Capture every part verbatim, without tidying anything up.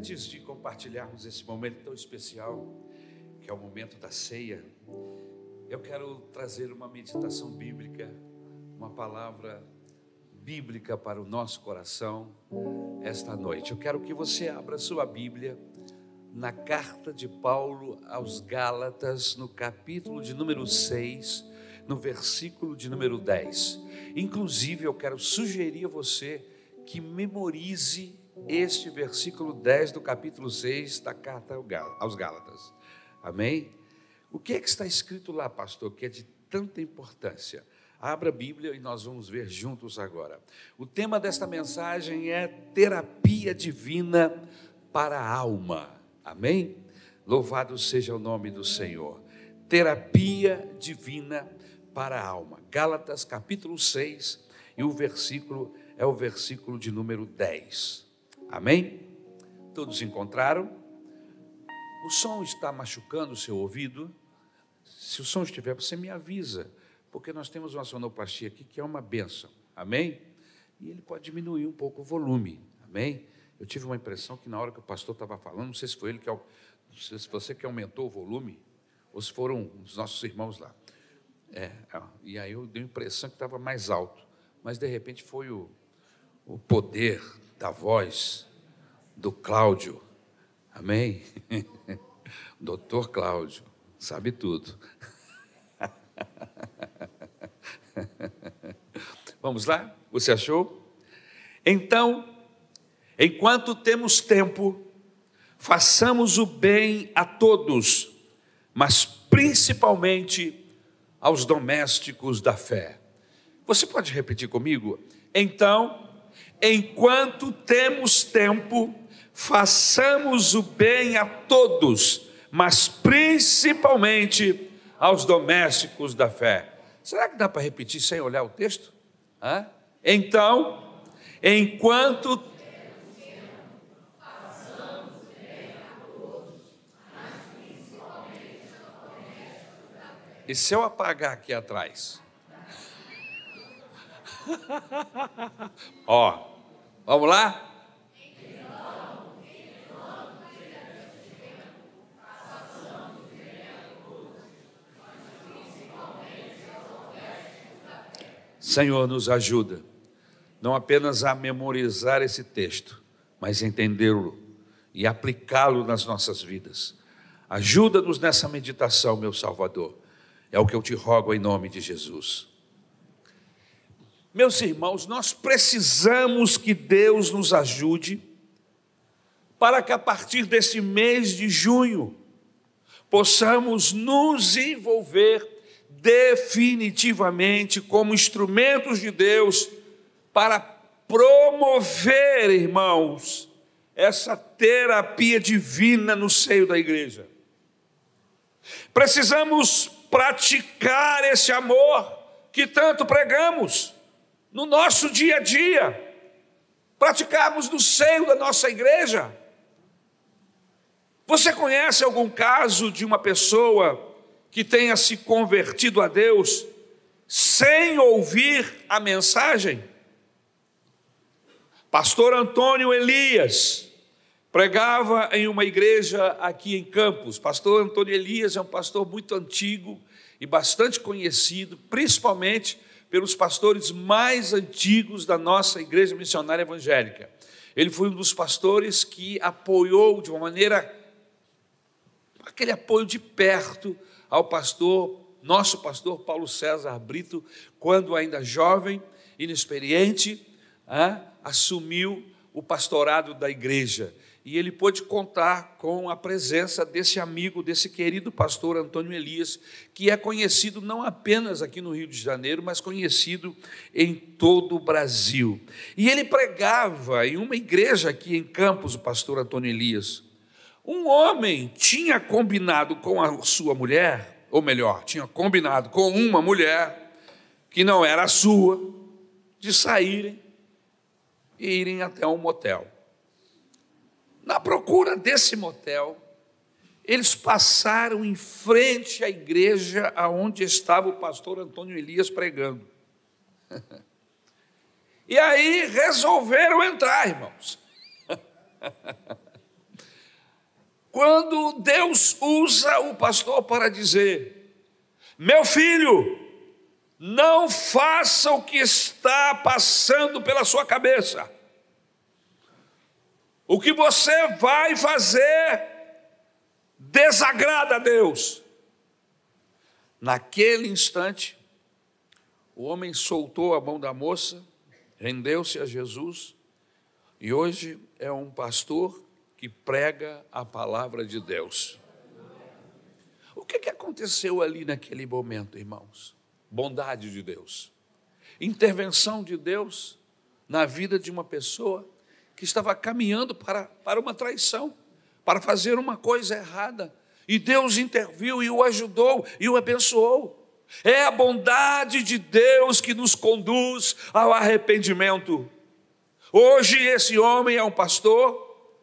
Antes de compartilharmos esse momento tão especial, que é o momento da ceia, eu quero trazer uma meditação bíblica, uma palavra bíblica para o nosso coração esta noite. Eu quero que você abra sua Bíblia na carta de Paulo aos Gálatas, no capítulo de número seis, no versículo de número dez. Inclusive, eu quero sugerir a você que memorize este versículo dez do capítulo seis da carta aos Gálatas. Amém? O que é que está escrito lá, pastor, que é de tanta importância? Abra a Bíblia e nós vamos ver juntos agora. O tema desta mensagem é terapia divina para a alma. Amém? Louvado seja o nome do Senhor. Terapia divina para a alma. Gálatas capítulo seis, e o versículo é o versículo de número dez. Amém? Todos encontraram? O som está machucando o seu ouvido? Se o som estiver, você me avisa, porque nós temos uma sonoplastia aqui que é uma bênção. Amém? E ele pode diminuir um pouco o volume. Amém? Eu tive uma impressão que na hora que o pastor estava falando, não sei se foi ele que, não sei se você que aumentou o volume, ou se foram os nossos irmãos lá. É, e aí eu dei a impressão que estava mais alto, mas de repente foi o, o poder da voz do Cláudio. Amém? Doutor Cláudio, sabe tudo. Vamos lá? Você achou? Então, enquanto temos tempo, façamos o bem a todos, mas principalmente aos domésticos da fé. Você pode repetir comigo? Então, enquanto temos tempo, façamos o bem a todos, mas principalmente aos domésticos da fé. Será que dá para repetir sem olhar o texto? Hã? Então, enquanto temos tempo, façamos o bem a todos, mas principalmente aos domésticos da fé. E se eu apagar aqui atrás? Ó, vamos lá? Senhor, nos ajuda, não apenas a memorizar esse texto, mas entendê-lo e aplicá-lo nas nossas vidas. Ajuda-nos nessa meditação, meu Salvador. É o que eu te rogo em nome de Jesus. Meus irmãos, nós precisamos que Deus nos ajude para que a partir desse mês de junho possamos nos envolver definitivamente como instrumentos de Deus para promover, irmãos, essa terapia divina no seio da igreja. Precisamos praticar esse amor que tanto pregamos no nosso dia a dia, praticarmos no seio da nossa igreja. Você conhece algum caso de uma pessoa que tenha se convertido a Deus sem ouvir a mensagem? Pastor Antônio Elias pregava em uma igreja aqui em Campos. Pastor Antônio Elias é um pastor muito antigo e bastante conhecido, principalmente pelos pastores mais antigos da nossa igreja missionária evangélica. Ele foi um dos pastores que apoiou de uma maneira, aquele apoio de perto, ao pastor, nosso pastor Paulo César Brito, quando ainda jovem, inexperiente, ah, assumiu o pastorado da igreja. E ele pôde contar com a presença desse amigo, desse querido pastor Antônio Elias, que é conhecido não apenas aqui no Rio de Janeiro, mas conhecido em todo o Brasil. E ele pregava em uma igreja aqui em Campos, o pastor Antônio Elias. Um homem tinha combinado com a sua mulher, ou melhor, tinha combinado com uma mulher, que não era a sua, de saírem e irem até um motel. Na procura desse motel, eles passaram em frente à igreja aonde estava o pastor Antônio Elias pregando. E aí resolveram entrar, irmãos. quando Deus usa o pastor para dizer: meu filho, não faça o que está passando pela sua cabeça. O que você vai fazer desagrada a Deus. Naquele instante, o homem soltou a mão da moça, rendeu-se a Jesus, e hoje é um pastor que prega a palavra de Deus. O que, que aconteceu ali naquele momento, irmãos? Bondade de Deus, intervenção de Deus na vida de uma pessoa que estava caminhando para, para uma traição, para fazer uma coisa errada, e Deus interviu e o ajudou e o abençoou. É a bondade de Deus que nos conduz ao arrependimento. Hoje esse homem é um pastor,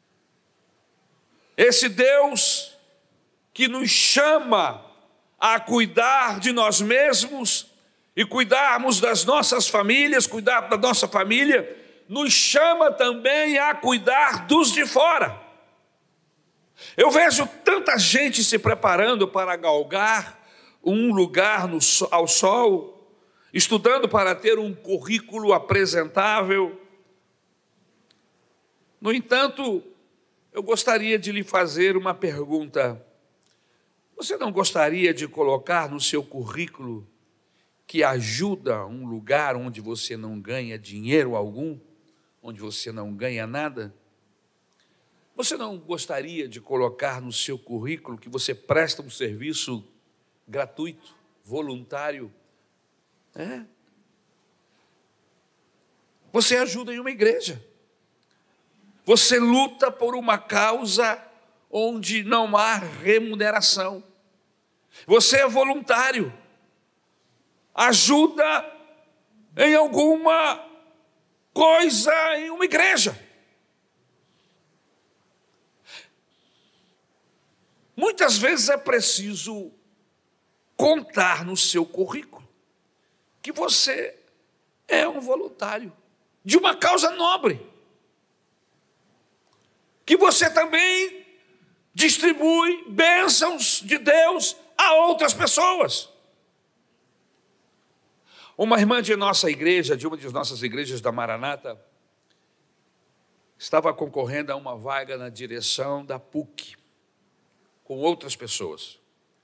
esse Deus que nos chama a cuidar de nós mesmos e cuidarmos das nossas famílias, cuidar da nossa família, nos chama também a cuidar dos de fora. Eu vejo tanta gente se preparando para galgar um lugar no, ao sol, estudando para ter um currículo apresentável. No entanto, eu gostaria de lhe fazer uma pergunta. Você não gostaria de colocar no seu currículo que ajuda um lugar onde você não ganha dinheiro algum, onde você não ganha nada? Você não gostaria de colocar no seu currículo que você presta um serviço gratuito, voluntário? É. Você ajuda em uma igreja. Você luta por uma causa onde não há remuneração. Você é voluntário. Ajuda em alguma coisa em uma igreja. Muitas vezes é preciso contar no seu currículo que você é um voluntário de uma causa nobre, que você também distribui bênçãos de Deus a outras pessoas. Uma irmã de nossa igreja, de uma das nossas igrejas da Maranata, estava concorrendo a uma vaga na direção da P U C, com outras pessoas.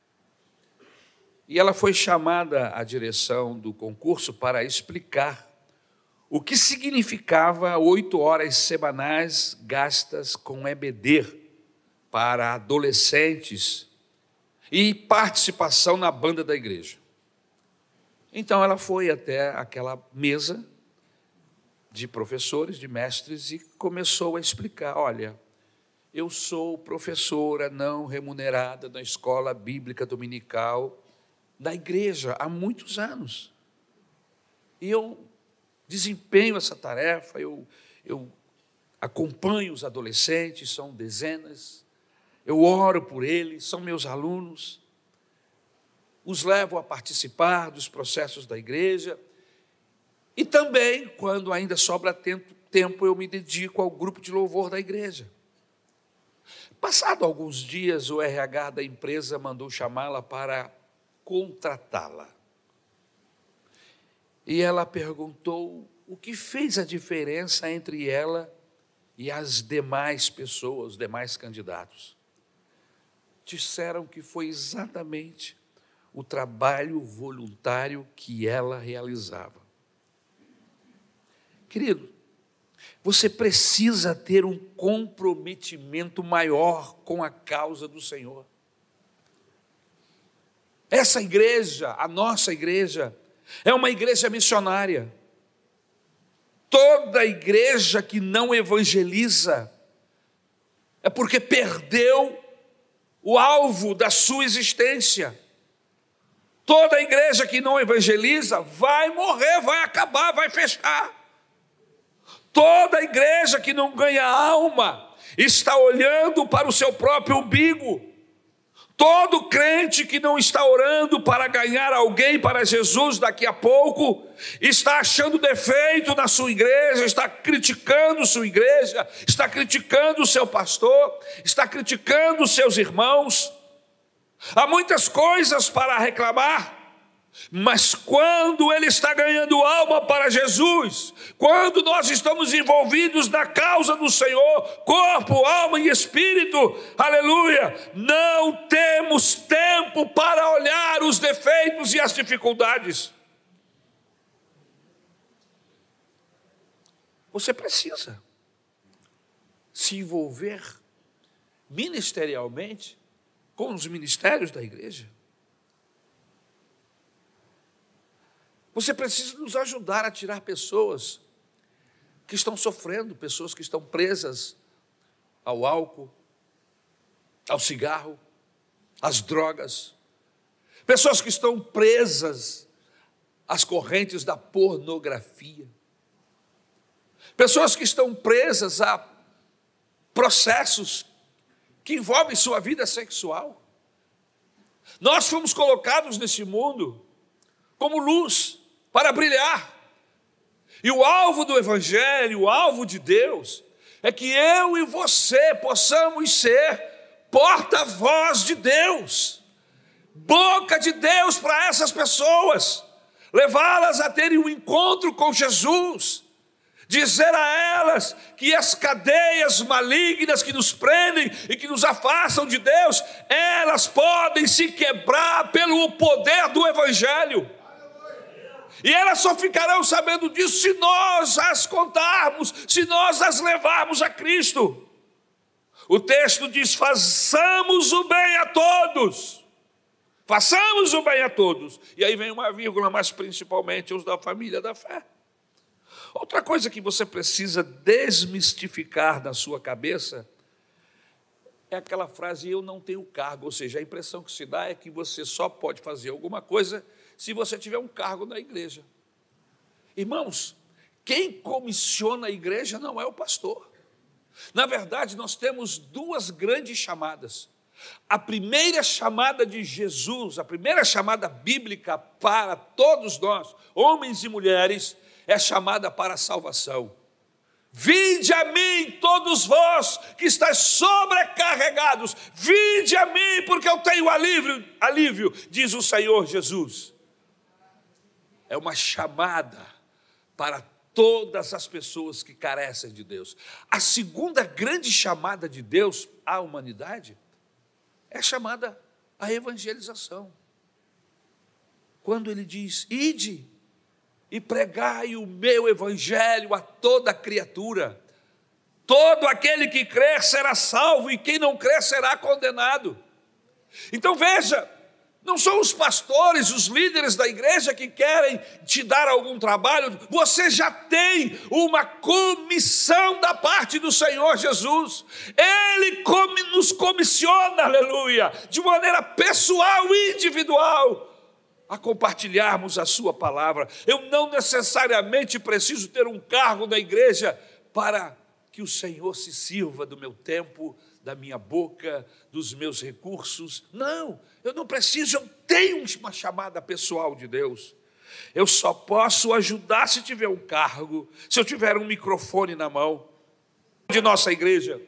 E ela foi chamada à direção do concurso para explicar o que significava oito horas semanais gastas com E B D para adolescentes e participação na banda da igreja. Então ela foi até aquela mesa de professores, de mestres, e começou a explicar: olha, eu sou professora não remunerada na escola bíblica dominical da igreja há muitos anos. E eu desempenho essa tarefa, eu, eu acompanho os adolescentes, são dezenas, eu oro por eles, são meus alunos, os levo a participar dos processos da igreja, e também, quando ainda sobra tempo, tempo eu me dedico ao grupo de louvor da igreja. Passado alguns dias, o R H da empresa mandou chamá-la para contratá-la. E ela perguntou o que fez a diferença entre ela e as demais pessoas, os demais candidatos. Disseram que foi exatamente o trabalho voluntário que ela realizava. Querido, você precisa ter um comprometimento maior com a causa do Senhor. Essa igreja, a nossa igreja, é uma igreja missionária. Toda igreja que não evangeliza é porque perdeu o alvo da sua existência. Toda igreja que não evangeliza vai morrer, vai acabar, vai fechar. Toda igreja que não ganha alma está olhando para o seu próprio umbigo. Todo crente que não está orando para ganhar alguém para Jesus daqui a pouco, está achando defeito na sua igreja, está criticando sua igreja, está criticando o seu pastor, está criticando os seus irmãos. Há muitas coisas para reclamar, mas quando ele está ganhando alma para Jesus, quando nós estamos envolvidos na causa do Senhor, corpo, alma e espírito, aleluia, não temos tempo para olhar os defeitos e as dificuldades. Você precisa se envolver ministerialmente com os ministérios da igreja. Você precisa nos ajudar a tirar pessoas que estão sofrendo, pessoas que estão presas ao álcool, ao cigarro, às drogas, pessoas que estão presas às correntes da pornografia, pessoas que estão presas a processos que envolvem sua vida sexual. Nós fomos colocados nesse mundo como luz, para brilhar. E o alvo do Evangelho, o alvo de Deus, é que eu e você possamos ser porta-voz de Deus, boca de Deus para essas pessoas, levá-las a terem um encontro com Jesus, dizer a elas que as cadeias malignas que nos prendem e que nos afastam de Deus, elas podem se quebrar pelo poder do Evangelho. E elas só ficarão sabendo disso se nós as contarmos, se nós as levarmos a Cristo. O texto diz: façamos o bem a todos. Façamos o bem a todos. E aí vem uma vírgula, mas principalmente os da família da fé. Outra coisa que você precisa desmistificar na sua cabeça é aquela frase: eu não tenho cargo. Ou seja, a impressão que se dá é que você só pode fazer alguma coisa se você tiver um cargo na igreja. Irmãos, quem comissiona a igreja não é o pastor. Na verdade, nós temos duas grandes chamadas. A primeira chamada de Jesus, a primeira chamada bíblica para todos nós, homens e mulheres, é a chamada para a salvação. Vinde a mim, todos vós que estáis sobrecarregados, vinde a mim, porque eu tenho alívio, alívio, diz o Senhor Jesus. É uma chamada para todas as pessoas que carecem de Deus. A segunda grande chamada de Deus à humanidade é chamada à evangelização. Quando ele diz: ide e pregai o meu evangelho a toda criatura. Todo aquele que crer será salvo, e quem não crer será condenado. Então veja, não são os pastores, os líderes da igreja que querem te dar algum trabalho. Você já tem uma comissão da parte do Senhor Jesus. Ele nos comissiona, aleluia, de maneira pessoal e individual, a compartilharmos a sua palavra. Eu não necessariamente preciso ter um cargo na igreja para que o Senhor se sirva do meu tempo, da minha boca, dos meus recursos. Não, eu não preciso, eu tenho uma chamada pessoal de Deus. Eu só posso ajudar se tiver um cargo, se eu tiver um microfone na mão. De nossa igreja,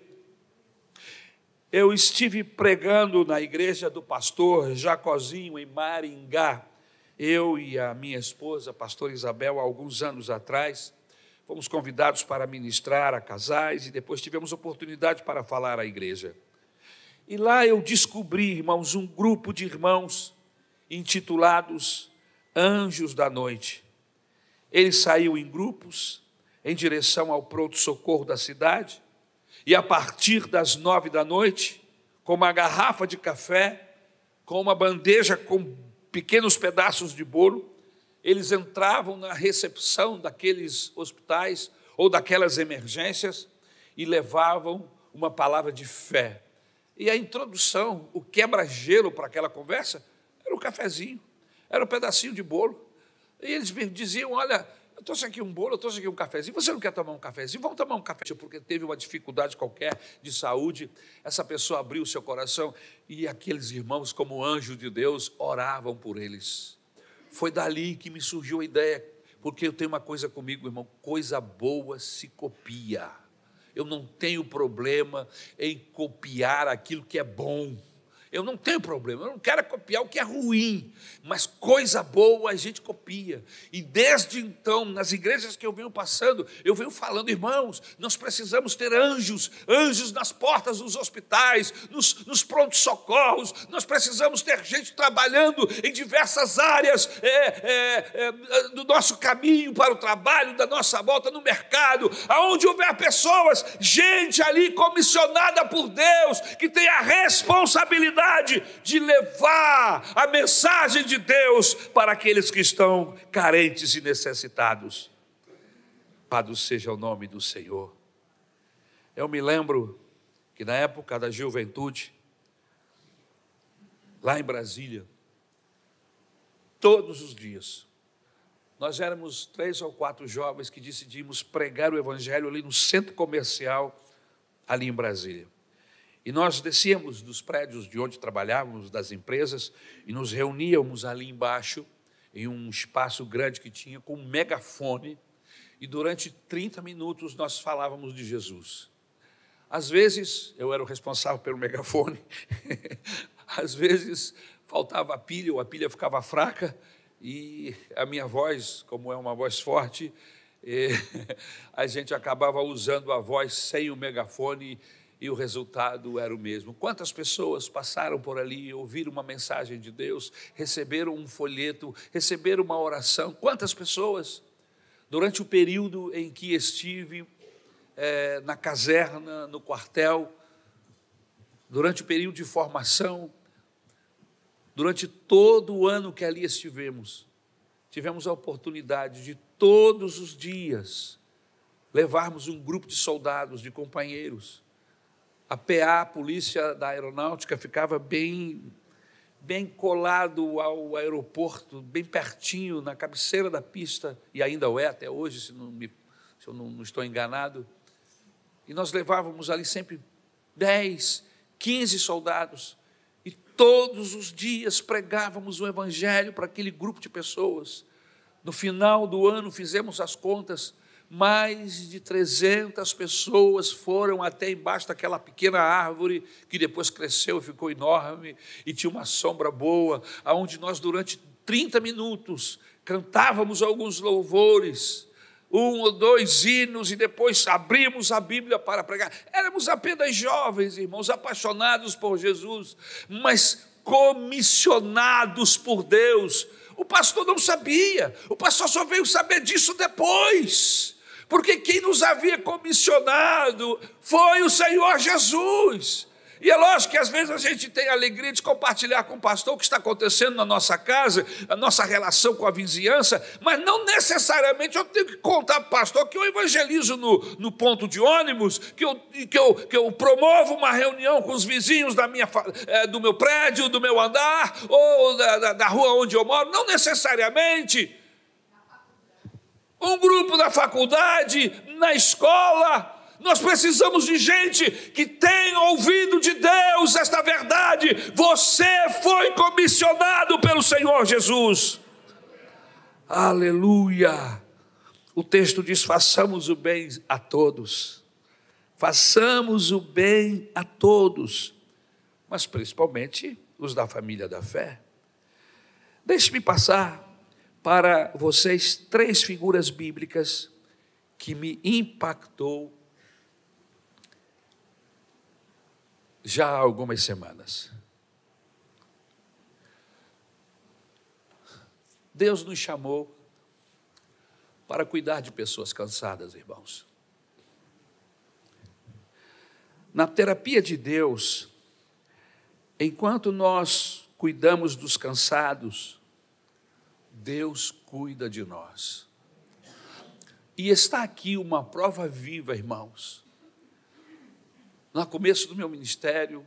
eu estive pregando na igreja do pastor Jacozinho, em Maringá. Eu e a minha esposa, a pastora Isabel, há alguns anos atrás, fomos convidados para ministrar a casais e depois tivemos oportunidade para falar à igreja. E lá eu descobri, irmãos, um grupo de irmãos intitulados Anjos da Noite. Eles saíam em grupos em direção ao pronto-socorro da cidade e a partir das nove da noite, com uma garrafa de café, com uma bandeja com pequenos pedaços de bolo, eles entravam na recepção daqueles hospitais ou daquelas emergências e levavam uma palavra de fé. E a introdução, o quebra-gelo para aquela conversa, era o cafezinho, era um pedacinho de bolo. E eles me diziam: olha, Eu trouxe aqui um bolo, eu trouxe aqui um cafezinho. Você não quer tomar um cafezinho? Vamos tomar um café. Porque teve uma dificuldade qualquer de saúde. Essa pessoa abriu o seu coração e aqueles irmãos, como anjos de Deus, oravam por eles. Foi dali que me surgiu a ideia, porque eu tenho uma coisa comigo, irmão, coisa boa se copia. Eu não tenho problema em copiar aquilo que é bom. Eu não tenho problema, eu não quero copiar o que é ruim, mas coisa boa a gente copia. E desde então, nas igrejas que eu venho passando, eu venho falando, irmãos, nós precisamos ter anjos, anjos nas portas dos hospitais, nos, nos prontos-socorros, nós precisamos ter gente trabalhando em diversas áreas é, é, é, do nosso caminho para o trabalho, da nossa volta no mercado, aonde houver pessoas, gente ali comissionada por Deus, que tem a responsabilidade de levar a mensagem de Deus para aqueles que estão carentes e necessitados. Louvado seja o nome do Senhor. Eu me lembro que na época da juventude, lá em Brasília, todos os dias, nós éramos três ou quatro jovens que decidimos pregar o evangelho ali no centro comercial, ali em Brasília. E nós descíamos dos prédios de onde trabalhávamos, das empresas, e nos reuníamos ali embaixo, em um espaço grande que tinha, com um megafone, e durante trinta minutos nós falávamos de Jesus. Às vezes, eu era o responsável pelo megafone, às vezes faltava a pilha, ou a pilha ficava fraca, e a minha voz, como é uma voz forte, a gente acabava usando a voz sem o megafone, e o resultado era o mesmo. Quantas pessoas passaram por ali, ouviram uma mensagem de Deus, receberam um folheto, receberam uma oração? Quantas pessoas? Durante o período em que estive é, na caserna, no quartel, durante o período de formação, durante todo o ano que ali estivemos, tivemos a oportunidade de todos os dias levarmos um grupo de soldados, de companheiros. A P A, a Polícia da Aeronáutica, ficava bem, bem colado ao aeroporto, bem pertinho, na cabeceira da pista, e ainda o é até hoje, se, não me, se eu não, não estou enganado. E nós levávamos ali sempre dez, quinze soldados, e todos os dias pregávamos o evangelho para aquele grupo de pessoas. No final do ano fizemos as contas, mais de trezentas pessoas foram até embaixo daquela pequena árvore, que depois cresceu e ficou enorme, e tinha uma sombra boa, onde nós durante trinta minutos cantávamos alguns louvores, um ou dois hinos, e depois abrimos a Bíblia para pregar. Éramos apenas jovens, irmãos, apaixonados por Jesus, mas comissionados por Deus. O pastor não sabia, o pastor só veio saber disso depois, porque quem nos havia comissionado foi o Senhor Jesus. E é lógico que às vezes a gente tem a alegria de compartilhar com o pastor o que está acontecendo na nossa casa, a nossa relação com a vizinhança, mas não necessariamente eu tenho que contar para o pastor que eu evangelizo no, no ponto de ônibus, que eu, que, eu, que eu promovo uma reunião com os vizinhos da minha, do meu prédio, do meu andar, ou da, da, da rua onde eu moro. Não necessariamente. Um grupo da faculdade, na escola. Nós precisamos de gente que tenha ouvido de Deus esta verdade. Você foi comissionado pelo Senhor Jesus. Aleluia. O texto diz: façamos o bem a todos. Façamos o bem a todos, mas principalmente os da família da fé. Deixe-me passar para vocês três figuras bíblicas que me impactou já há algumas semanas. Deus nos chamou para cuidar de pessoas cansadas, irmãos. Na terapia de Deus, enquanto nós cuidamos dos cansados, Deus cuida de nós. E está aqui uma prova viva, irmãos. No começo do meu ministério,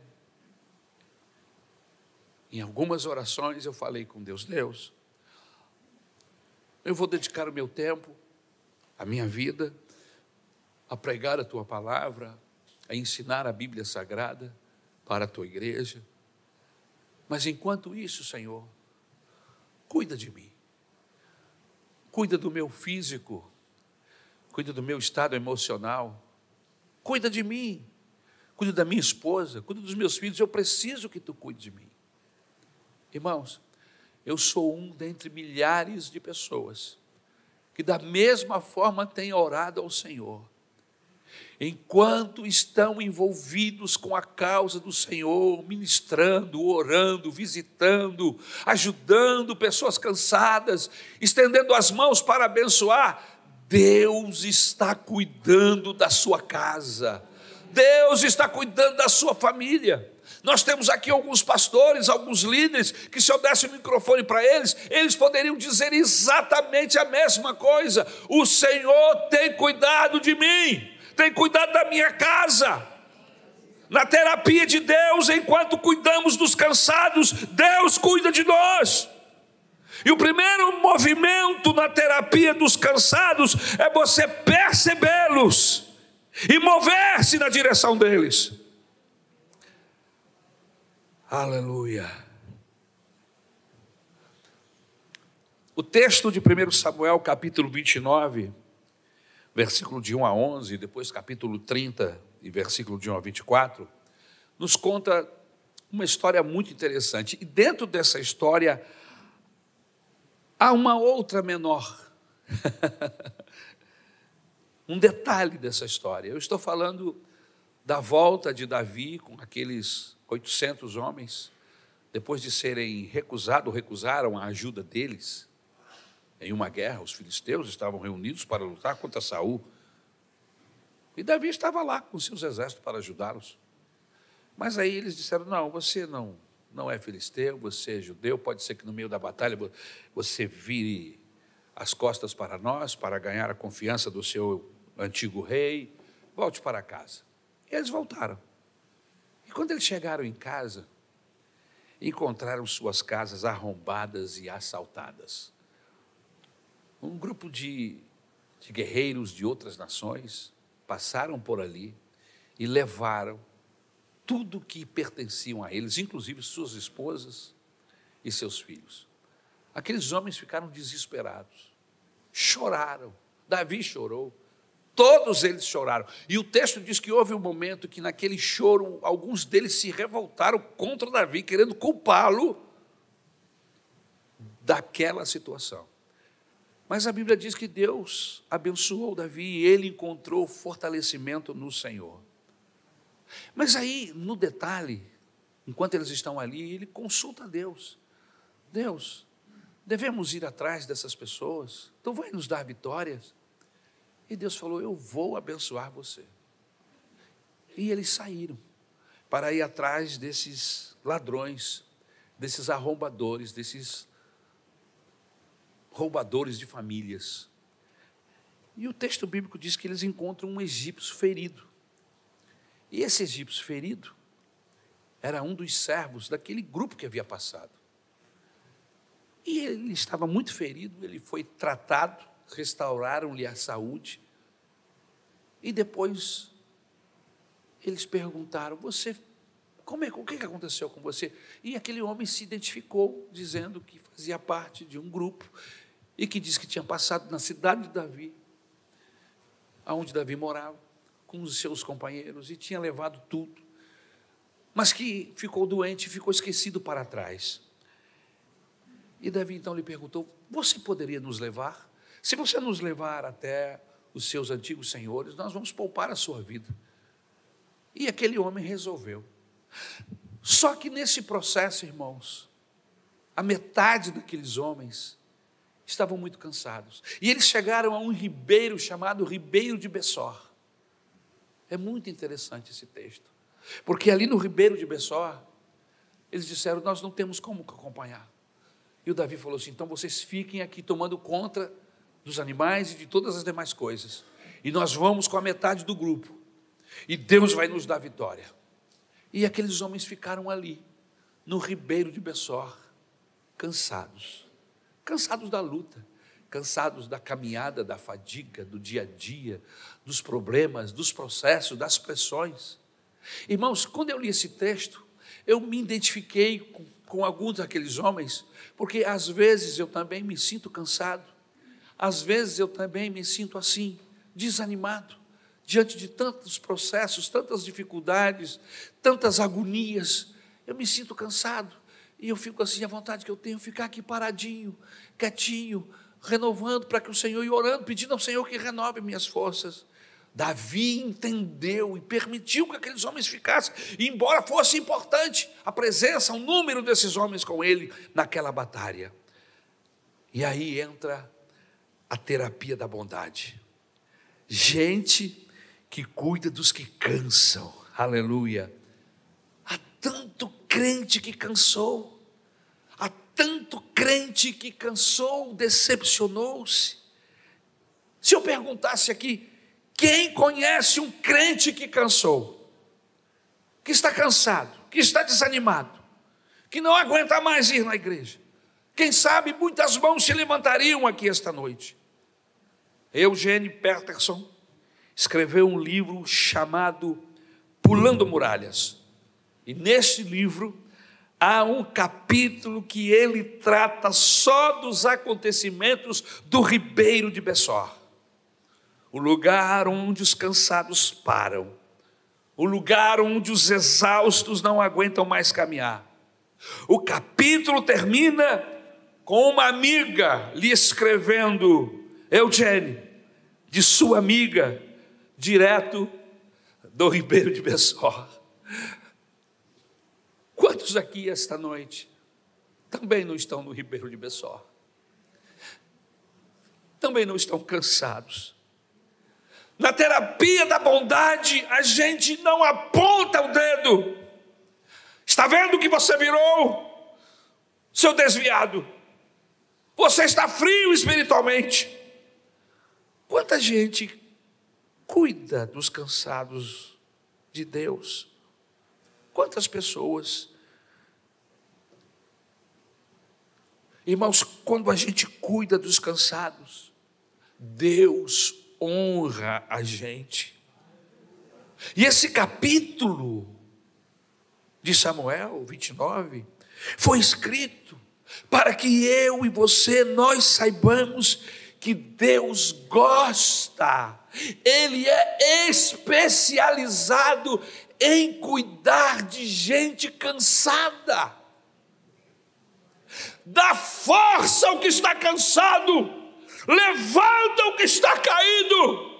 em algumas orações eu falei com Deus: Deus, eu vou dedicar o meu tempo a minha vida a pregar a tua palavra, a ensinar a Bíblia Sagrada para a tua igreja. Mas enquanto isso, Senhor, cuida de mim. Cuida do meu físico, cuida do meu estado emocional, cuida de mim, cuida da minha esposa, cuida dos meus filhos. Eu preciso que tu cuide de mim. Irmãos, eu sou um dentre milhares de pessoas que da mesma forma têm orado ao Senhor. Enquanto estão envolvidos com a causa do Senhor, ministrando, orando, visitando, ajudando pessoas cansadas, estendendo as mãos para abençoar, Deus está cuidando da sua casa, Deus está cuidando da sua família. Nós temos aqui alguns pastores, alguns líderes, que se eu desse o microfone para eles, eles poderiam dizer exatamente a mesma coisa: o Senhor tem cuidado de mim, tem cuidado da minha casa. Na terapia de Deus, enquanto cuidamos dos cansados, Deus cuida de nós. E o primeiro movimento na terapia dos cansados é você percebê-los e mover-se na direção deles. Aleluia. O texto de primeiro Samuel, capítulo vinte e nove, versículo de um a onze, depois capítulo trinta e versículo de um a vinte e quatro, nos conta uma história muito interessante. E dentro dessa história há uma outra menor. Um detalhe dessa história. Eu estou falando da volta de Davi com aqueles oitocentos homens, depois de serem recusados, recusaram a ajuda deles em uma guerra. Os filisteus estavam reunidos para lutar contra Saul. E Davi estava lá com seus exércitos para ajudá-los. Mas aí eles disseram: não, você não, não é filisteu, você é judeu, pode ser que no meio da batalha você vire as costas para nós, para ganhar a confiança do seu antigo rei, volte para casa. E eles voltaram. E quando eles chegaram em casa, encontraram suas casas arrombadas e assaltadas. Um grupo de, de guerreiros de outras nações passaram por ali e levaram tudo que pertenciam a eles, inclusive suas esposas e seus filhos. Aqueles homens ficaram desesperados, choraram. Davi chorou, todos eles choraram. E o texto diz que houve um momento que naquele choro, alguns deles se revoltaram contra Davi, querendo culpá-lo daquela situação. Mas a Bíblia diz que Deus abençoou Davi e ele encontrou fortalecimento no Senhor. Mas aí, no detalhe, enquanto eles estão ali, ele consulta a Deus. Deus, devemos ir atrás dessas pessoas? Então vai nos dar vitórias? E Deus falou: eu vou abençoar você. E eles saíram para ir atrás desses ladrões, desses arrombadores, desses roubadores de famílias. E o texto bíblico diz que eles encontram um egípcio ferido. E esse egípcio ferido era um dos servos daquele grupo que havia passado. E ele estava muito ferido, ele foi tratado, restauraram-lhe a saúde. E depois eles perguntaram: você, como é, o que aconteceu com você? E aquele homem se identificou, dizendo que fazia parte de um grupo e que disse que tinha passado na cidade de Davi, aonde Davi morava, com os seus companheiros, e tinha levado tudo, mas que ficou doente e ficou esquecido para trás. E Davi então lhe perguntou: você poderia nos levar? Se você nos levar até os seus antigos senhores, nós vamos poupar a sua vida. E aquele homem resolveu. Só que nesse processo, irmãos, a metade daqueles homens estavam muito cansados. E eles chegaram a um ribeiro chamado Ribeiro de Bessor. É muito interessante esse texto, porque ali no Ribeiro de Bessor, eles disseram: nós não temos como acompanhar. E o Davi falou assim: então vocês fiquem aqui tomando conta dos animais e de todas as demais coisas, e nós vamos com a metade do grupo, e Deus vai nos dar vitória. E aqueles homens ficaram ali, no Ribeiro de Bessor, cansados, cansados da luta, cansados da caminhada, da fadiga, do dia a dia, dos problemas, dos processos, das pressões. Irmãos, quando eu li esse texto, eu me identifiquei com, com alguns daqueles homens, porque às vezes eu também me sinto cansado, às vezes eu também me sinto assim, desanimado, diante de tantos processos, tantas dificuldades, tantas agonias, eu me sinto cansado, e eu fico assim, a vontade que eu tenho, ficar aqui paradinho, quietinho, renovando para que o Senhor, e orando, pedindo ao Senhor que renove minhas forças. Davi entendeu e permitiu que aqueles homens ficassem, e embora fosse importante a presença, o número desses homens com ele naquela batalha. E aí entra a terapia da bondade. Gente que cuida dos que cansam, aleluia. Há tanto crente que cansou, há tanto crente que cansou, decepcionou-se. Se eu perguntasse aqui, quem conhece um crente que cansou, que está cansado, que está desanimado, que não aguenta mais ir na igreja? Quem sabe muitas mãos se levantariam aqui esta noite. Eugene Peterson escreveu um livro chamado Pulando Muralhas. E neste livro há um capítulo que ele trata só dos acontecimentos do Ribeiro de Besor. O lugar onde os cansados param, o lugar onde os exaustos não aguentam mais caminhar. O capítulo termina com uma amiga lhe escrevendo, Eugene, de sua amiga, direto do Ribeiro de Besor. Quantos aqui esta noite também não estão no Ribeiro de Besor? Também não estão cansados? Na terapia da bondade, a gente não aponta o dedo. Está vendo que você virou, seu desviado? Você está frio espiritualmente. Quanta gente cuida dos cansados de Deus? Quantas pessoas? Irmãos, quando a gente cuida dos cansados, Deus honra a gente. E esse capítulo de Samuel vinte e nove foi escrito para que eu e você, nós saibamos que Deus gosta, Ele é especializado em cuidar de gente cansada. Dá força ao que está cansado, levanta o que está caído.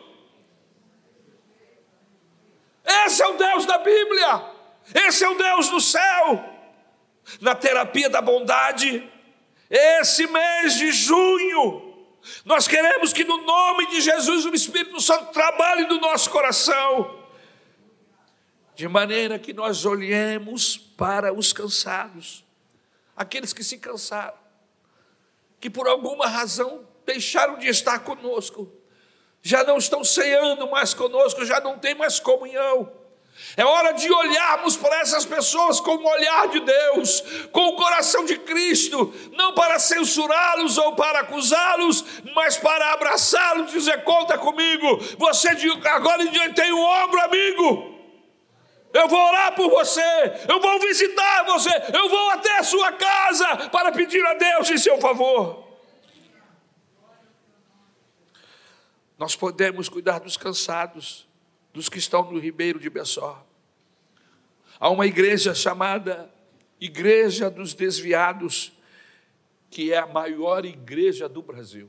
Esse é o Deus da Bíblia, esse é o Deus do céu. Na terapia da bondade, esse mês de junho, nós queremos que no nome de Jesus o Espírito Santo trabalhe no nosso coração, de maneira que nós olhemos para os cansados, aqueles que se cansaram, que por alguma razão deixaram de estar conosco, já não estão ceando mais conosco, já não tem mais comunhão. É hora de olharmos para essas pessoas com o olhar de Deus, com o coração de Cristo, não para censurá-los ou para acusá-los, mas para abraçá-los e dizer: conta comigo, você agora em diante tem um ombro amigo, eu vou orar por você, eu vou visitar você, eu vou até a sua casa para pedir a Deus em seu favor. Nós podemos cuidar dos cansados, dos que estão no Ribeiro de Besor. Há uma igreja chamada Igreja dos Desviados, que é a maior igreja do Brasil.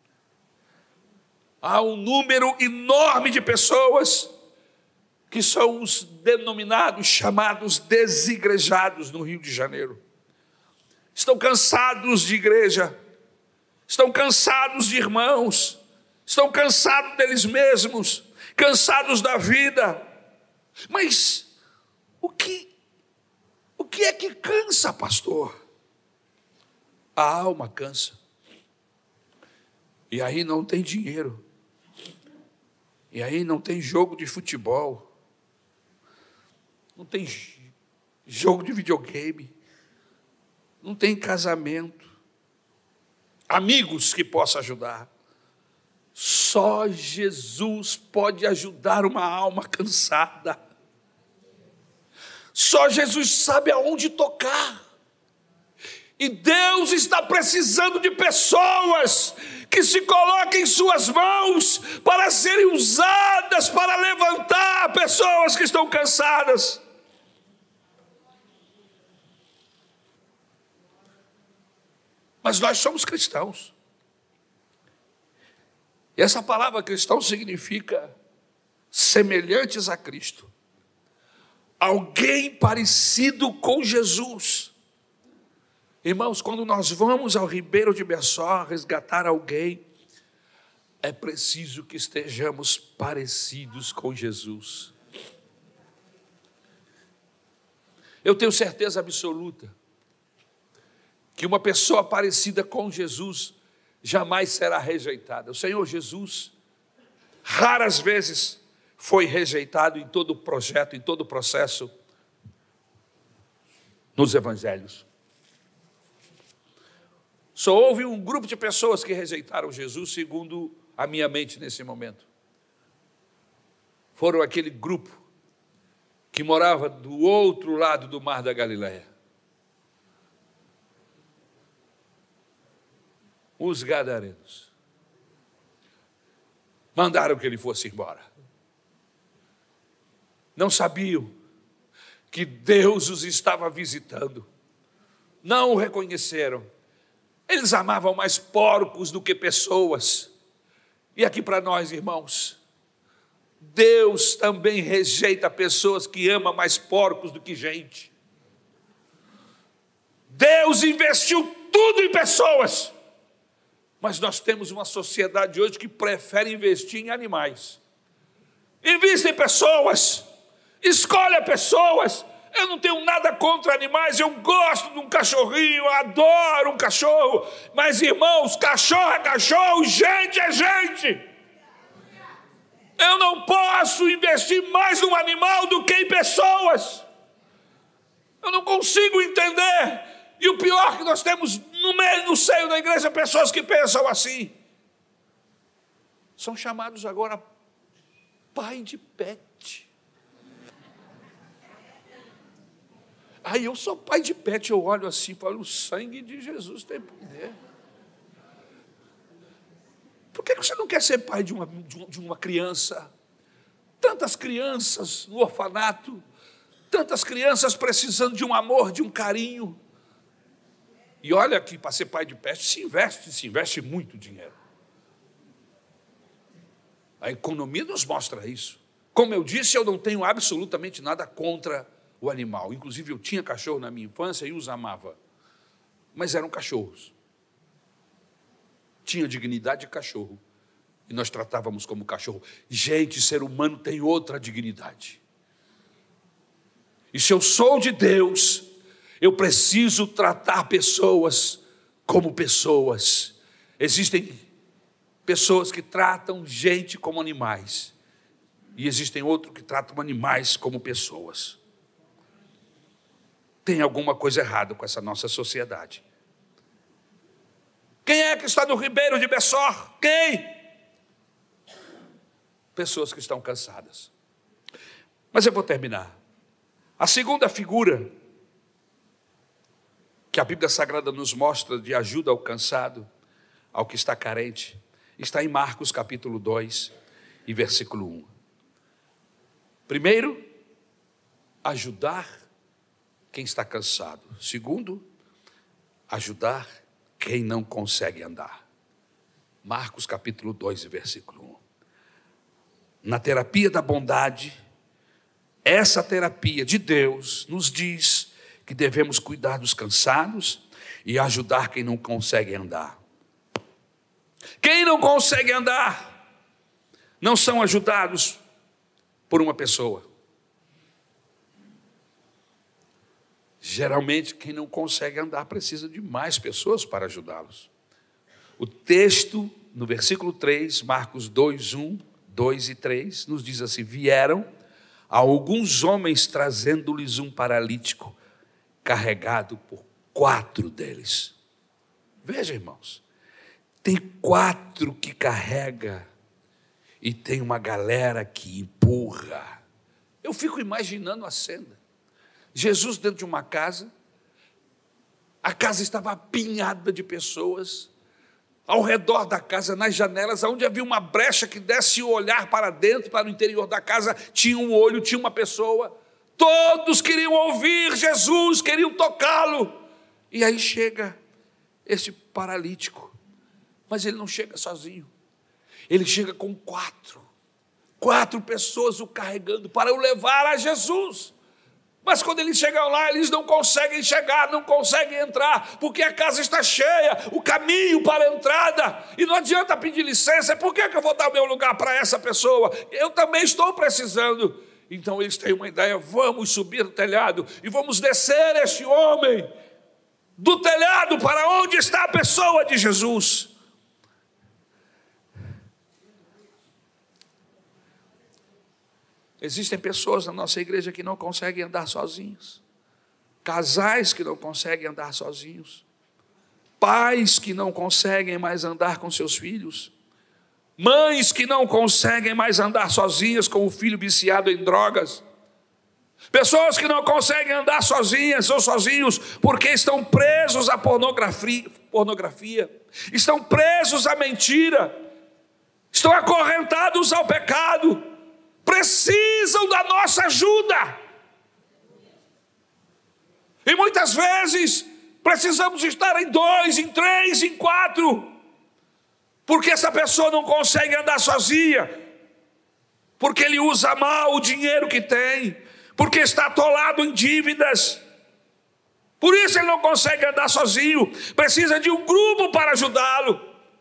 Há um número enorme de pessoas que são os denominados, chamados desigrejados no Rio de Janeiro. Estão cansados de igreja, estão cansados de irmãos, estão cansados deles mesmos, cansados da vida. Mas o que, o que é que cansa, pastor? A alma cansa. E aí não tem dinheiro. E aí não tem jogo de futebol. Não tem jogo de videogame. Não tem casamento. amigos que possa ajudar. Só Jesus pode ajudar uma alma cansada. Só Jesus sabe aonde tocar. E Deus está precisando de pessoas que se coloquem em suas mãos para serem usadas para levantar pessoas que estão cansadas. Mas nós somos cristãos. E essa palavra cristão significa semelhantes a Cristo. Alguém parecido com Jesus. Irmãos, quando nós vamos ao Ribeiro de Bessó resgatar alguém, é preciso que estejamos parecidos com Jesus. Eu tenho certeza absoluta que uma pessoa parecida com Jesus jamais será rejeitada. O Senhor Jesus, raras vezes, foi rejeitado em todo o projeto, em todo o processo, nos evangelhos. Só houve um grupo de pessoas que rejeitaram Jesus, segundo a minha mente nesse momento. Foram aquele grupo que morava do outro lado do mar da Galileia. Os gadarenos. Mandaram que ele fosse embora. Não sabiam que Deus os estava visitando. Não o reconheceram. Eles amavam mais porcos do que pessoas. E aqui para nós, irmãos, Deus também rejeita pessoas que amam mais porcos do que gente. Deus investiu tudo em pessoas. Mas nós temos uma sociedade hoje que prefere investir em animais. Invista em pessoas. Escolha pessoas. Eu não tenho nada contra animais, eu gosto de um cachorrinho, eu adoro um cachorro. Mas, irmãos, cachorro é cachorro, gente é gente. Eu não posso investir mais num animal do que em pessoas. Eu não consigo entender. E o pior é que nós temos no meio, no seio da igreja, pessoas que pensam assim. São chamados agora pai de pet. Aí eu sou pai de pet, eu olho assim e falo, o sangue de Jesus tem poder. Por que você não quer ser pai de uma, de uma criança? Tantas crianças no orfanato, tantas crianças precisando de um amor, de um carinho. E olha que para ser pai de pet se investe, se investe muito dinheiro. A economia nos mostra isso. Como eu disse, eu não tenho absolutamente nada contra o animal. Inclusive, eu tinha cachorro na minha infância e os amava. Mas eram cachorros. Tinha dignidade de cachorro. E nós tratávamos como cachorro. Gente, ser humano tem outra dignidade. E se eu sou de Deus, eu preciso tratar pessoas como pessoas. Existem pessoas que tratam gente como animais. E existem outros que tratam animais como pessoas. Tem alguma coisa errada com essa nossa sociedade. Quem é que está no Ribeiro de Bessó? Quem? Pessoas que estão cansadas. Mas eu vou terminar. A segunda figura que a Bíblia Sagrada nos mostra de ajuda ao cansado, ao que está carente, está em Marcos capítulo dois e versículo um. Primeiro, ajudar quem está cansado. Segundo, ajudar quem não consegue andar. Marcos capítulo dois, versículo um. Na terapia da bondade, essa terapia de Deus nos diz que devemos cuidar dos cansados e ajudar quem não consegue andar. Quem não consegue andar não são ajudados por uma pessoa. Geralmente, quem não consegue andar precisa de mais pessoas para ajudá-los. O texto, no versículo três, Marcos dois, um, dois e três, nos diz assim: vieram alguns homens trazendo-lhes um paralítico, carregado por quatro deles. Veja, irmãos, Tem quatro que carrega e tem uma galera que empurra. Eu fico imaginando a cena. Jesus dentro de uma casa, a casa estava apinhada de pessoas, ao redor da casa, nas janelas, onde havia uma brecha que desse o olhar para dentro, para o interior da casa, tinha um olho, tinha uma pessoa. Todos queriam ouvir Jesus, queriam tocá-lo. E aí chega esse paralítico, mas ele não chega sozinho, ele chega com quatro, quatro pessoas o carregando para o levar a Jesus. Mas quando eles chegam lá, eles não conseguem chegar, não conseguem entrar, porque a casa está cheia, o caminho para a entrada, e não adianta pedir licença. Por que que eu vou dar o meu lugar para essa pessoa? Eu também estou precisando. Então eles têm uma ideia: vamos subir no telhado e vamos descer este homem do telhado para onde está a pessoa de Jesus. Existem pessoas na nossa igreja que não conseguem andar sozinhos, casais que não conseguem andar sozinhos, pais que não conseguem mais andar com seus filhos, mães que não conseguem mais andar sozinhas com o filho viciado em drogas, pessoas que não conseguem andar sozinhas ou sozinhos porque estão presos à pornografia, pornografia, estão presos à mentira, estão acorrentados ao pecado, precisam da nossa ajuda. E muitas vezes precisamos estar em dois, em três, em quatro, porque essa pessoa não consegue andar sozinha, porque ele usa mal o dinheiro que tem, porque está atolado em dívidas. Por isso ele não consegue andar sozinho, precisa de um grupo para ajudá-lo.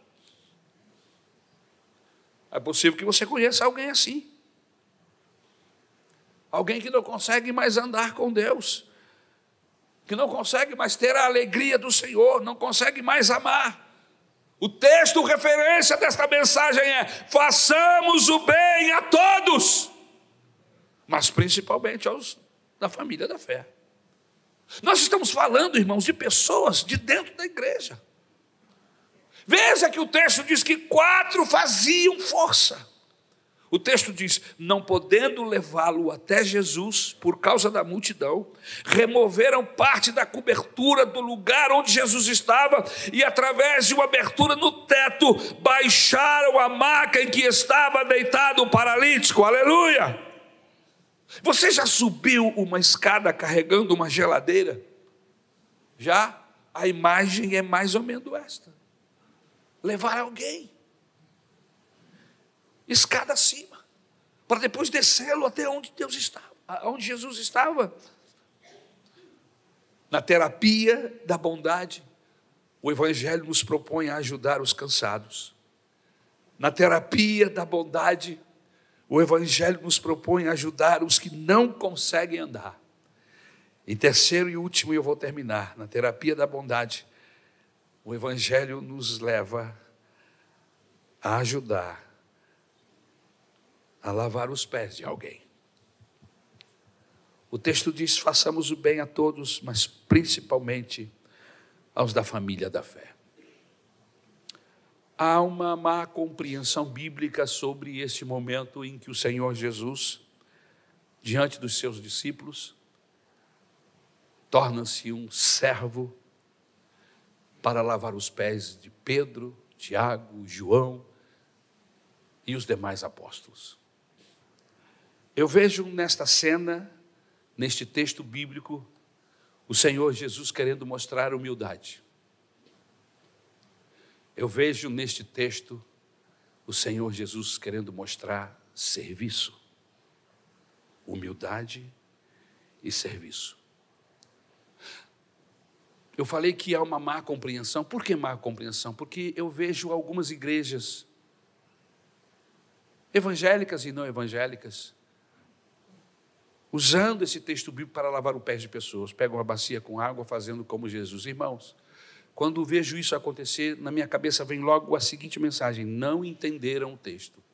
É possível que você conheça alguém assim, alguém que não consegue mais andar com Deus, que não consegue mais ter a alegria do Senhor, não consegue mais amar. O texto referência desta mensagem é: façamos o bem a todos, mas principalmente aos da família da fé. Nós estamos falando, irmãos, de pessoas de dentro da igreja. Veja que o texto diz que quatro faziam força. O texto diz: não podendo levá-lo até Jesus por causa da multidão, removeram parte da cobertura do lugar onde Jesus estava e, através de uma abertura no teto, baixaram a maca em que estava deitado o paralítico. Aleluia! Você já subiu uma escada carregando uma geladeira? Já? A imagem é mais ou menos esta: levar alguém escada acima, para depois descê-lo até onde Deus estava, onde Jesus estava. Na terapia da bondade, o Evangelho nos propõe a ajudar os cansados. Na terapia da bondade, o Evangelho nos propõe a ajudar os que não conseguem andar. Em terceiro e último, e eu vou terminar, na terapia da bondade, o Evangelho nos leva a ajudar a lavar os pés de alguém. O texto diz: façamos o bem a todos, mas principalmente aos da família da fé. Há uma má compreensão bíblica sobre este momento em que o Senhor Jesus, diante dos seus discípulos, torna-se um servo para lavar os pés de Pedro, Tiago, João e os demais apóstolos. Eu vejo nesta cena, neste texto bíblico, o Senhor Jesus querendo mostrar humildade. Eu vejo neste texto o Senhor Jesus querendo mostrar serviço, humildade e serviço. Eu falei que há uma má compreensão. Por que má compreensão? Porque eu vejo algumas igrejas evangélicas e não evangélicas usando esse texto bíblico para lavar o pé de pessoas. Pegam uma bacia com água, fazendo como Jesus. Irmãos, quando vejo isso acontecer, na minha cabeça vem logo a seguinte mensagem: não entenderam o texto.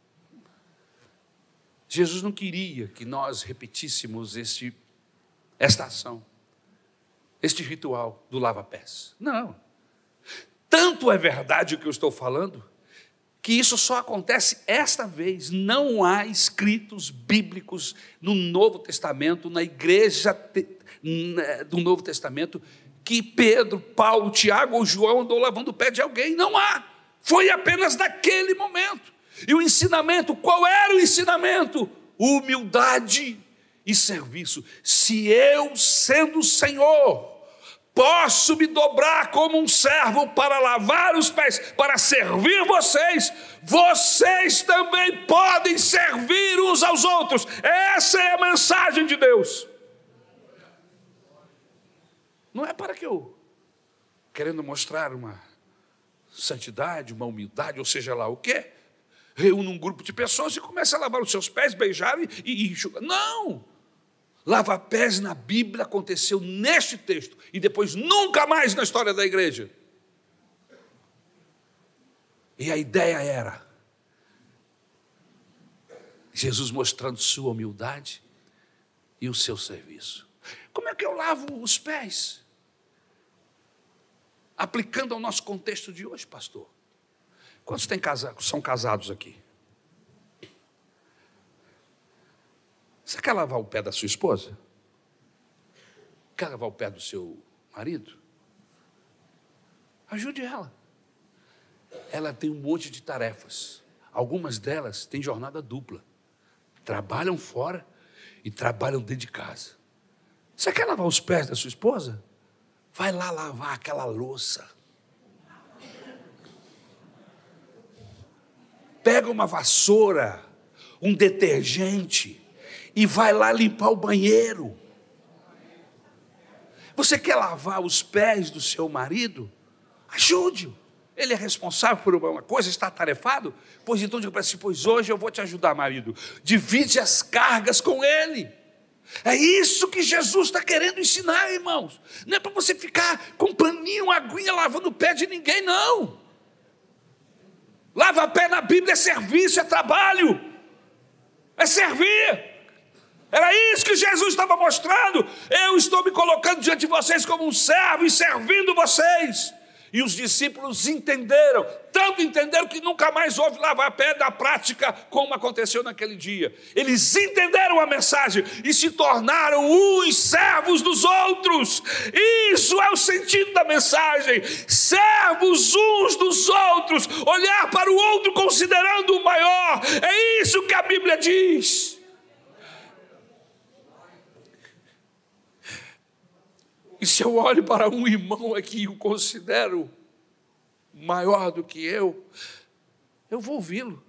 Jesus não queria que nós repetíssemos este, esta ação, este ritual do lava-pés. Não. Tanto é verdade o que eu estou falando, que isso só acontece esta vez. Não há escritos bíblicos no Novo Testamento, na igreja do Novo Testamento, que Pedro, Paulo, Tiago ou João andou lavando o pé de alguém. Não há. Foi apenas naquele momento. E o ensinamento, qual era o ensinamento? Humildade e serviço. Se eu, sendo o Senhor, posso me dobrar como um servo para lavar os pés, para servir vocês, vocês também podem servir uns aos outros. Essa é a mensagem de Deus. Não é para que eu, querendo mostrar uma santidade, uma humildade, ou seja lá o quê, reúna um grupo de pessoas e comece a lavar os seus pés, beijar e enxugar. Não! Lavar pés na Bíblia aconteceu neste texto e depois nunca mais na história da igreja. E a ideia era Jesus mostrando sua humildade e o seu serviço. Como é que eu lavo os pés? Aplicando ao nosso contexto de hoje, pastor. Quantos tem casa, são casados aqui? Você quer lavar o pé da sua esposa? Quer lavar o pé do seu marido? Ajude ela. Ela tem um monte de tarefas. Algumas delas têm jornada dupla. Trabalham fora e trabalham dentro de casa. Você quer lavar os pés da sua esposa? Vai lá lavar aquela louça. Pega uma vassoura, um detergente e vai lá limpar o banheiro. Você quer lavar os pés do seu marido? Ajude-o. Ele é responsável por uma coisa, está atarefado? Pois então diga para si, pois hoje eu vou te ajudar, marido. Divide as cargas com ele. É isso que Jesus está querendo ensinar, irmãos. Não é para você ficar com paninho, aguinha, lavando o pé de ninguém, não. Lava pé na Bíblia é serviço, é trabalho, é servir. Era isso que Jesus estava mostrando. Eu estou me colocando diante de vocês como um servo e servindo vocês. E os discípulos entenderam, tanto entenderam que nunca mais houve lavar pé na prática como aconteceu naquele dia. Eles entenderam a mensagem e se tornaram uns servos dos outros. Isso é o sentido da mensagem. Servos uns dos outros, olhar para o outro considerando o maior. É isso que a Bíblia diz. E se eu olho para um irmão aqui e o considero maior do que eu, eu vou ouvi-lo.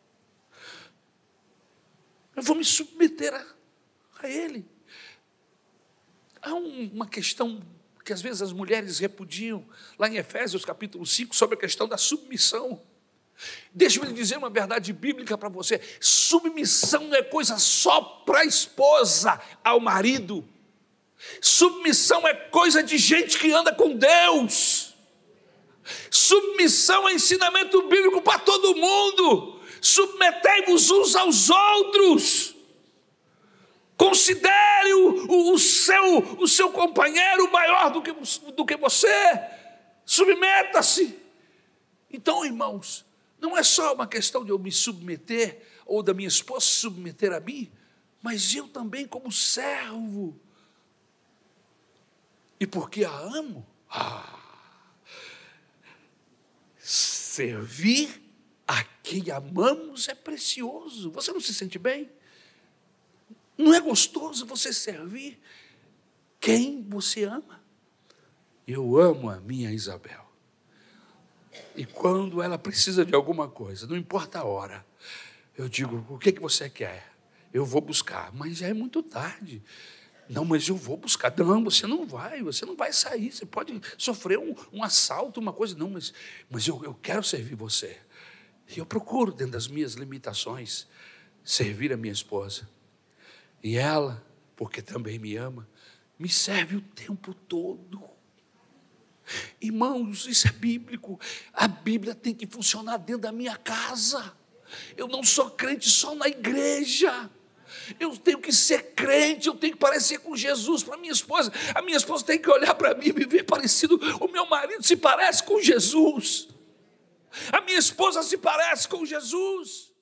Eu vou me submeter a, a ele. Há um, uma questão que às vezes as mulheres repudiam, lá em Efésios capítulo cinco, sobre a questão da submissão. Deixa-me lhe dizer uma verdade bíblica para você. Submissão não é coisa só para a esposa ao marido. Submissão é coisa de gente que anda com Deus. Submissão é ensinamento bíblico para todo mundo. Submetei-vos uns aos outros. Considere o, o, o, seu, o seu companheiro maior do que, do que você. Submeta-se. Então, irmãos, não é só uma questão de eu me submeter ou da minha esposa se submeter a mim, mas eu também como servo. E porque a amo, ah, servir a quem amamos é precioso. Você não se sente bem? Não é gostoso você servir quem você ama? Eu amo a minha Isabel. E quando ela precisa de alguma coisa, não importa a hora, eu digo, o que, que você quer? Eu vou buscar, mas já é muito tarde. Não, mas eu vou buscar. Não, você não vai, você não vai sair. Você pode sofrer um, um assalto, uma coisa. Não, mas, mas eu, eu quero servir você. E eu procuro, dentro das minhas limitações, servir a minha esposa. E ela, porque também me ama, me serve o tempo todo. Irmãos, isso é bíblico. A Bíblia tem que funcionar dentro da minha casa. Eu não sou crente só na igreja. Eu tenho que ser crente, eu tenho que parecer com Jesus para minha esposa. A minha esposa tem que olhar para mim e me ver parecido. O meu marido se parece com Jesus. A minha esposa se parece com Jesus.